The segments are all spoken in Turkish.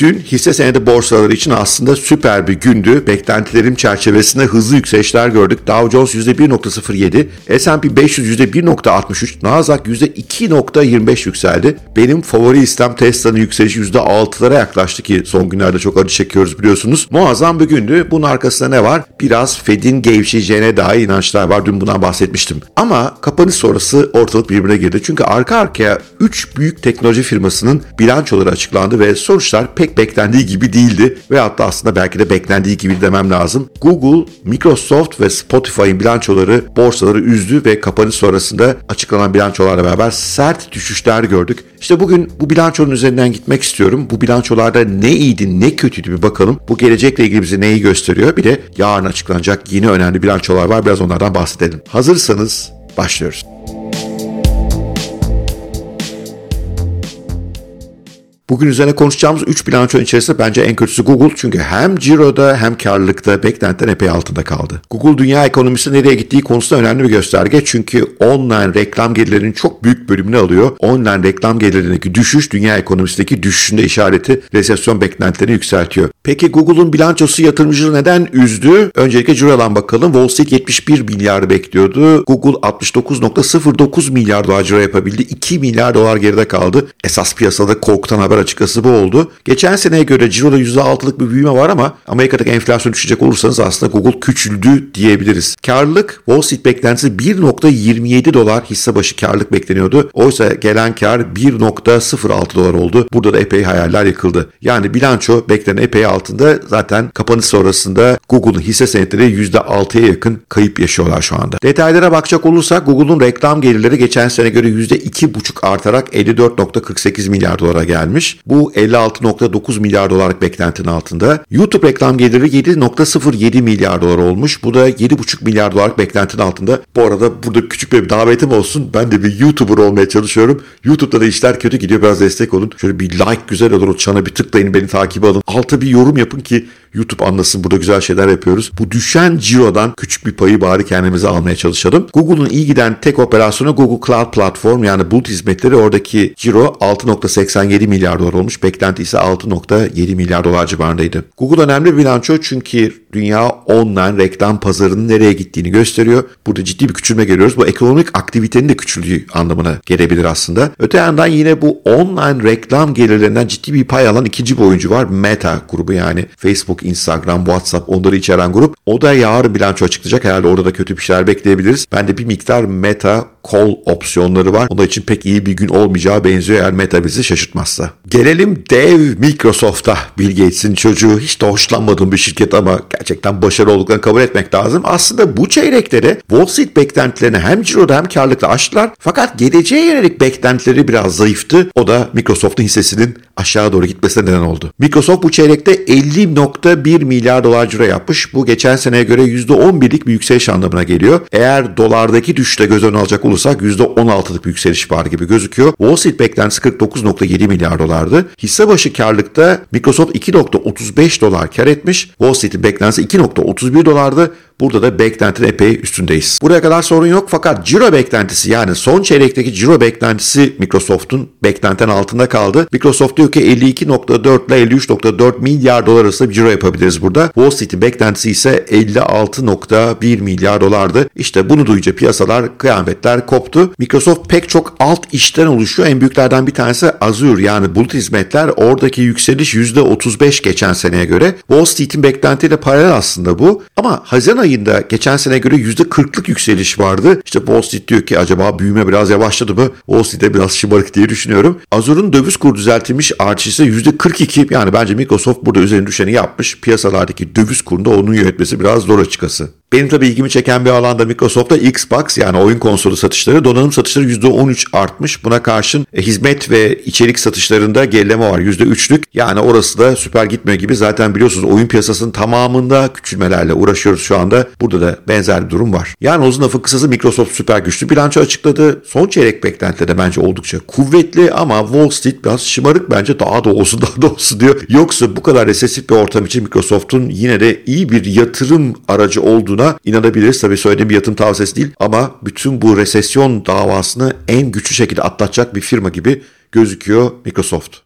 Dün hisse senedi borsaları için aslında süper bir gündü. Beklentilerim çerçevesinde hızlı yükselişler gördük. Dow Jones %1.07, S&P 500 %1.63, Nasdaq %2.25 yükseldi. Benim favori listem Tesla'nın yükselişi %6'lara yaklaştı ki son günlerde çok acı çekiyoruz biliyorsunuz. Muazzam bir gündü. Bunun arkasında ne var? Biraz Fed'in gevşeyeceğine dair inançlar var. Dün bundan bahsetmiştim. Ama kapanış sonrası ortalık birbirine girdi. Çünkü arka arkaya 3 büyük teknoloji firmasının bilançoları açıklandı ve sonuçlar pek beklendiği gibi değildi. Ve hatta aslında belki de beklendiği gibi demem lazım. Google, Microsoft ve Spotify'ın bilançoları borsaları üzdü ve kapanış sonrasında açıklanan bilançolarla beraber sert düşüşler gördük. İşte bugün bu bilançonun üzerinden gitmek istiyorum. Bu bilançolarda ne iyiydi, ne kötüydü bir bakalım. Bu gelecekle ilgili bize neyi gösteriyor? Bir de yarın açıklanacak yeni önemli bilançolar var. Biraz onlardan bahsedelim. Hazırsanız başlıyoruz. Bugün üzerine konuşacağımız 3 bilanço içerisinde bence en kötüsü Google. Çünkü hem ciroda hem karlılıkta beklentiden epey altında kaldı. Google dünya ekonomisi nereye gittiği konusunda önemli bir gösterge. Çünkü online reklam gelirlerinin çok büyük bölümünü alıyor. Online reklam gelirlerindeki düşüş dünya ekonomisindeki düşüşünde işareti, resesyon beklentilerini yükseltiyor. Peki Google'un bilançosu yatırımcıları neden üzdü? Öncelikle cirodan bakalım. Wall Street 71 milyar bekliyordu. Google 69.09 milyar dolar ciro yapabildi. 2 milyar dolar geride kaldı. Esas piyasada korkutan haber açıkçası bu oldu. Geçen seneye göre ciroda %6'lık bir büyüme var ama Amerika'daki enflasyon düşecek olursanız aslında Google küçüldü diyebiliriz. Karlılık Wall Street beklentisi 1.27 dolar hisse başı karlılık bekleniyordu. Oysa gelen kar 1.06 dolar oldu. Burada da epey hayaller yıkıldı. Yani bilanço beklenen epey altında. Zaten kapanış sonrasında Google'un hisse senetleri %6'ya yakın kayıp yaşıyorlar şu anda. Detaylara bakacak olursak Google'un reklam gelirleri geçen sene göre %2,5 artarak 54.48 milyar dolara gelmiş. Bu 56.9 milyar dolarlık beklentinin altında. YouTube reklam geliri 7.07 milyar dolar olmuş. Bu da 7.5 milyar dolarlık beklentinin altında. Bu arada burada küçük bir davetim olsun. Ben de bir YouTuber olmaya çalışıyorum. YouTube'da da işler kötü gidiyor. Biraz destek olun. Şöyle bir like güzel olur. O çana bir tıklayın, beni takip alın. Alta bir yorum yapın ki YouTube anlasın burada güzel şeyler yapıyoruz. Bu düşen cirodan küçük bir payı bari kendimize almaya çalışalım. Google'un iyi giden tek operasyonu Google Cloud Platform, yani bulut hizmetleri. Oradaki ciro 6.87 milyar dolar olmuş. Beklenti ise 6.7 milyar dolar civarındaydı. Google önemli bir bilanço çünkü dünya online reklam pazarının nereye gittiğini gösteriyor. Burada ciddi bir küçülme görüyoruz. Bu ekonomik aktivitenin de küçüldüğü anlamına gelebilir aslında. Öte yandan yine bu online reklam gelirlerinden ciddi bir pay alan ikinci bir oyuncu var. Meta grubu, yani Facebook, Instagram, WhatsApp, onları içeren grup. O da yarın bilanço açıklayacak. Herhalde orada da kötü bir şeyler bekleyebiliriz. Bende bir miktar Meta call opsiyonları var. Onun için pek iyi bir gün olmayacağı benziyor eğer Meta bizi şaşırtmazsa. Gelelim dev Microsoft'a. Bill Gates'in çocuğu, hiç de hoşlanmadığım bir şirket ama gerçekten başarılı olduklarını kabul etmek lazım. Aslında bu çeyrekleri Wall Street beklentilerini hem ciroda hem karlılıkla aştılar. Fakat geleceğe yönelik beklentileri biraz zayıftı. O da Microsoft'un hissesinin aşağı doğru gitmesine neden oldu. Microsoft bu çeyrekte 50.1 milyar dolar ciro yapmış. Bu geçen seneye göre %11'lik bir yükseliş anlamına geliyor. Eğer dolardaki düşüşte göz önüne alacak olursak %16'lık bir yükseliş var gibi gözüküyor. Wall Street beklentisi 49.7 milyar dolardı. Hisse başı karlılıkta Microsoft 2.35 dolar kar etmiş. Wall Street'in beklentisi 2.31 dolardı. Burada da beklentinin epey üstündeyiz. Buraya kadar sorun yok fakat ciro beklentisi, yani son çeyrekteki ciro beklentisi Microsoft'un beklentinin altında kaldı. Microsoft diyor ki 52.4 ile 53.4 milyar dolar arasında bir ciro yapabiliriz burada. Wall Street'in beklentisi ise 56.1 milyar dolardı. İşte bunu duyunca piyasalar, kıyametler koptu. Microsoft pek çok alt işten oluşuyor. En büyüklerden bir tanesi Azure, yani bulut hizmetler. Oradaki yükseliş %35 geçen seneye göre. Wall Street'in beklentiyle paralel aslında bu. Ama Haziran ayında geçen sene göre %40'lık yükseliş vardı. İşte Wall Street diyor ki acaba büyüme biraz yavaşladı mı? Wall Street'e biraz şımarık diye düşünüyorum. Azure'un döviz kuru düzeltilmiş artışı %42. Yani bence Microsoft burada üzerine düşeni yapmış. Piyasalardaki döviz kurunda onun yönetmesi biraz zor açıkçası. Benim tabii ilgimi çeken bir alanda Microsoft'ta Xbox, yani oyun konsolu satışları, donanım satışları %13 artmış. Buna karşın hizmet ve içerik satışlarında gerileme var %3'lük. Yani orası da süper gitmiyor gibi. Zaten biliyorsunuz oyun piyasasının tamamında küçülmelerle uğraşıyoruz şu anda. Burada da benzer bir durum var. Yani uzun lafın kısası Microsoft süper güçlü bilanço açıkladı. Son çeyrek beklentileri de bence oldukça kuvvetli ama Wall Street biraz şımarık bence, daha da olsun diyor. Yoksa bu kadar resesif bir ortam için Microsoft'un yine de iyi bir yatırım aracı olduğuna inanabiliriz. Tabii söylediğim bir yatırım tavsiyesi değil ama bütün bu resesyon davasını en güçlü şekilde atlatacak bir firma gibi gözüküyor Microsoft.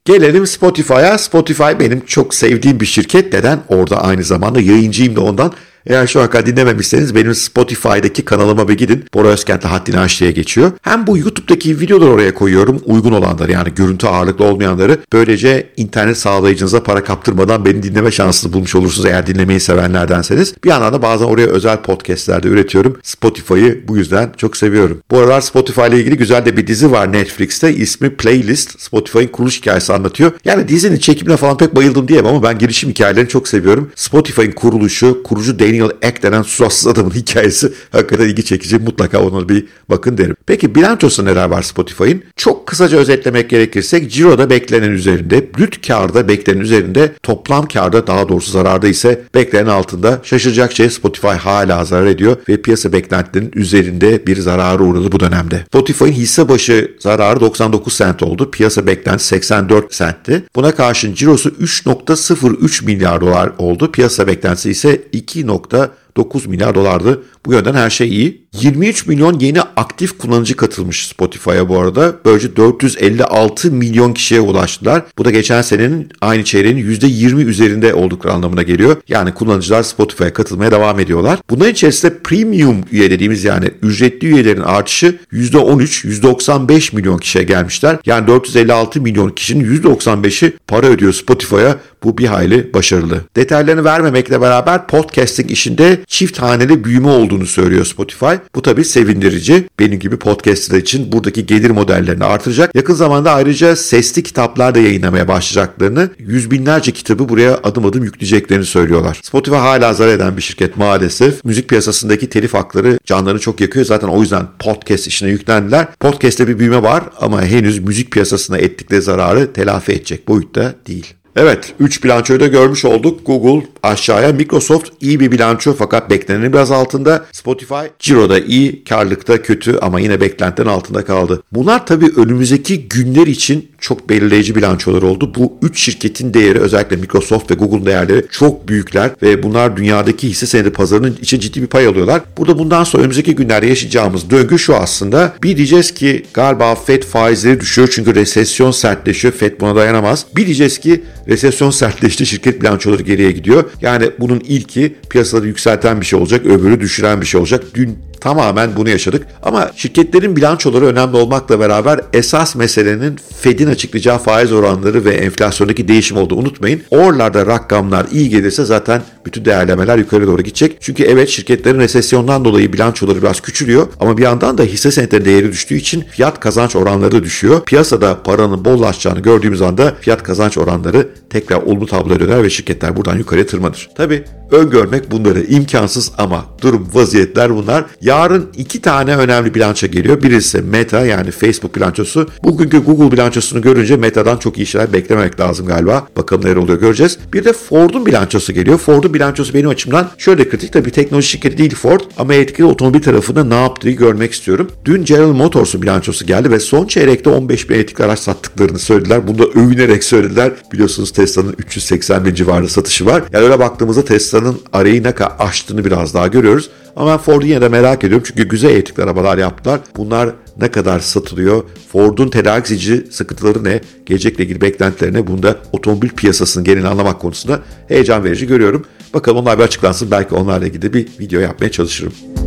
Gelelim Spotify'a. Spotify benim çok sevdiğim bir şirket. Neden? Orada aynı zamanda yayıncıyım da ondan. Eğer şu an kadar dinlememişseniz benim Spotify'daki kanalıma bir gidin. Bora Özkent'le Haddini Aş diye geçiyor. Hem bu YouTube'daki videoları oraya koyuyorum. Uygun olanları, yani görüntü ağırlıklı olmayanları. Böylece internet sağlayıcınıza para kaptırmadan beni dinleme şansını bulmuş olursunuz eğer dinlemeyi sevenlerdenseniz. Bir yandan da bazen oraya özel podcastler de üretiyorum. Spotify'ı bu yüzden çok seviyorum. Bu aralar Spotify ile ilgili güzel de bir dizi var Netflix'te. İsmi Playlist. Spotify'ın kuruluş hikayesi anlatıyor. Yani dizinin çekimine falan pek bayıldım diyemem ama ben gelişim hikayelerini çok seviyorum. Spotify'ın kurucu Daniel Ek denen suratsız adamın hikayesi hakikaten ilgi çekici. Mutlaka ona bir bakın derim. Peki bilançosu neler var Spotify'ın? Çok kısaca özetlemek gerekirse ciroda beklenen üzerinde, brüt kârda beklenen üzerinde, toplam kârda, daha doğrusu zararda ise beklenen altında. Şaşıracak şey Spotify hala zarar ediyor ve piyasa beklentilerinin üzerinde bir zarara uğradı bu dönemde. Spotify'ın hisse başı zararı 99 sent oldu. Piyasa beklentisi 84 sentti. Buna karşın cirosu 3.03 milyar dolar oldu. Piyasa beklentisi ise 2.9 milyar dolardı. Bu yönden her şey iyi. 23 milyon yeni aktif kullanıcı katılmış Spotify'a bu arada. Böylece 456 milyon kişiye ulaştılar. Bu da geçen senenin aynı çeyreğinin %20 üzerinde oldukları anlamına geliyor. Yani kullanıcılar Spotify'a katılmaya devam ediyorlar. Bunların içerisinde premium üye dediğimiz, yani ücretli üyelerin artışı %13, %95 milyon kişiye gelmişler. Yani 456 milyon kişinin %95'i para ödüyor Spotify'a. Bu bir hayli başarılı. Detaylarını vermemekle beraber podcasting işinde çift haneli büyüme olduğunu söylüyor Spotify. Bu tabii sevindirici. Benim gibi podcastler için buradaki gelir modellerini artıracak. Yakın zamanda ayrıca sesli kitaplar da yayınlamaya başlayacaklarını, yüz binlerce kitabı buraya adım adım yükleyeceklerini söylüyorlar. Spotify hala zarar eden bir şirket maalesef. Müzik piyasasındaki telif hakları canlarını çok yakıyor. Zaten o yüzden podcast işine yüklendiler. Podcast'te bir büyüme var ama henüz müzik piyasasına ettikleri zararı telafi edecek boyutta değil. Evet, 3 bilançoyu da görmüş olduk. Google aşağıya, Microsoft iyi bir bilanço fakat beklenenin biraz altında. Spotify ciroda iyi, karlılıkta kötü ama yine beklentinin altında kaldı. Bunlar tabii önümüzdeki günler için çok belirleyici bilançolar oldu. Bu 3 şirketin değeri, özellikle Microsoft ve Google'un değerleri çok büyükler ve bunlar dünyadaki hisse senedi pazarının için ciddi bir pay alıyorlar. Burada bundan sonra önümüzdeki günlerde yaşayacağımız döngü şu aslında. Bir diyeceğiz ki galiba Fed faizleri düşüyor çünkü resesyon sertleşiyor. Fed buna dayanamaz. Bir diyeceğiz ki resesyon sertleşti, şirket bilançoları geriye gidiyor. Yani bunun ilki piyasaları yükselten bir şey olacak, öbürü düşüren bir şey olacak. Dün tamamen bunu yaşadık. Ama şirketlerin bilançoları önemli olmakla beraber esas meselenin Fed'in açıklayacağı faiz oranları ve enflasyondaki değişim olduğunu unutmayın. Oralarda rakamlar iyi gelirse zaten bütün değerlemeler yukarı doğru gidecek. Çünkü evet, şirketlerin resesyondan dolayı bilançoları biraz küçülüyor ama bir yandan da hisse senetlerinin değeri düştüğü için fiyat kazanç oranları da düşüyor. Piyasada paranın bollaşacağını gördüğümüz anda fiyat kazanç oranları tekrar olumlu tabloya döner ve şirketler buradan yukarıya tırmanır. Tabii öngörmek bunları imkansız ama durum, vaziyetler bunlar. Yarın 2 tane önemli bilanço geliyor. Birisi Meta, yani Facebook bilançosu. Bugünkü Google bilançosunu görünce Meta'dan çok iyi şeyler beklememek lazım galiba. Bakalım neler oluyor, göreceğiz. Bir de Ford'un bilançosu geliyor. Ford'un bilançosu benim açımdan şöyle kritik. Tabii teknoloji şirketi değil Ford ama etkili otomobil tarafında ne yaptığı görmek istiyorum. Dün General Motors'un bilançosu geldi ve son çeyrekte 15 bin elektrikli araç sattıklarını söylediler. Bunu da övünerek söylediler. Biliyorsunuz Tesla'nın 380 bin civarında satışı var. Yani öyle baktığımızda Tesla'nın arayı ne kadar aştığını biraz daha görüyoruz. Ama ben Ford'u yine de merak ediyorum çünkü güzel elektrikli arabalar yaptılar. Bunlar ne kadar satılıyor? Ford'un tedarik zinciri sıkıntıları ne? Gelecekle ilgili beklentilerine, bunda otomobil piyasasının genelini anlamak konusunda heyecan verici görüyorum. Bakalım onlar bir açıklansın. Belki onlarla ilgili bir video yapmaya çalışırım.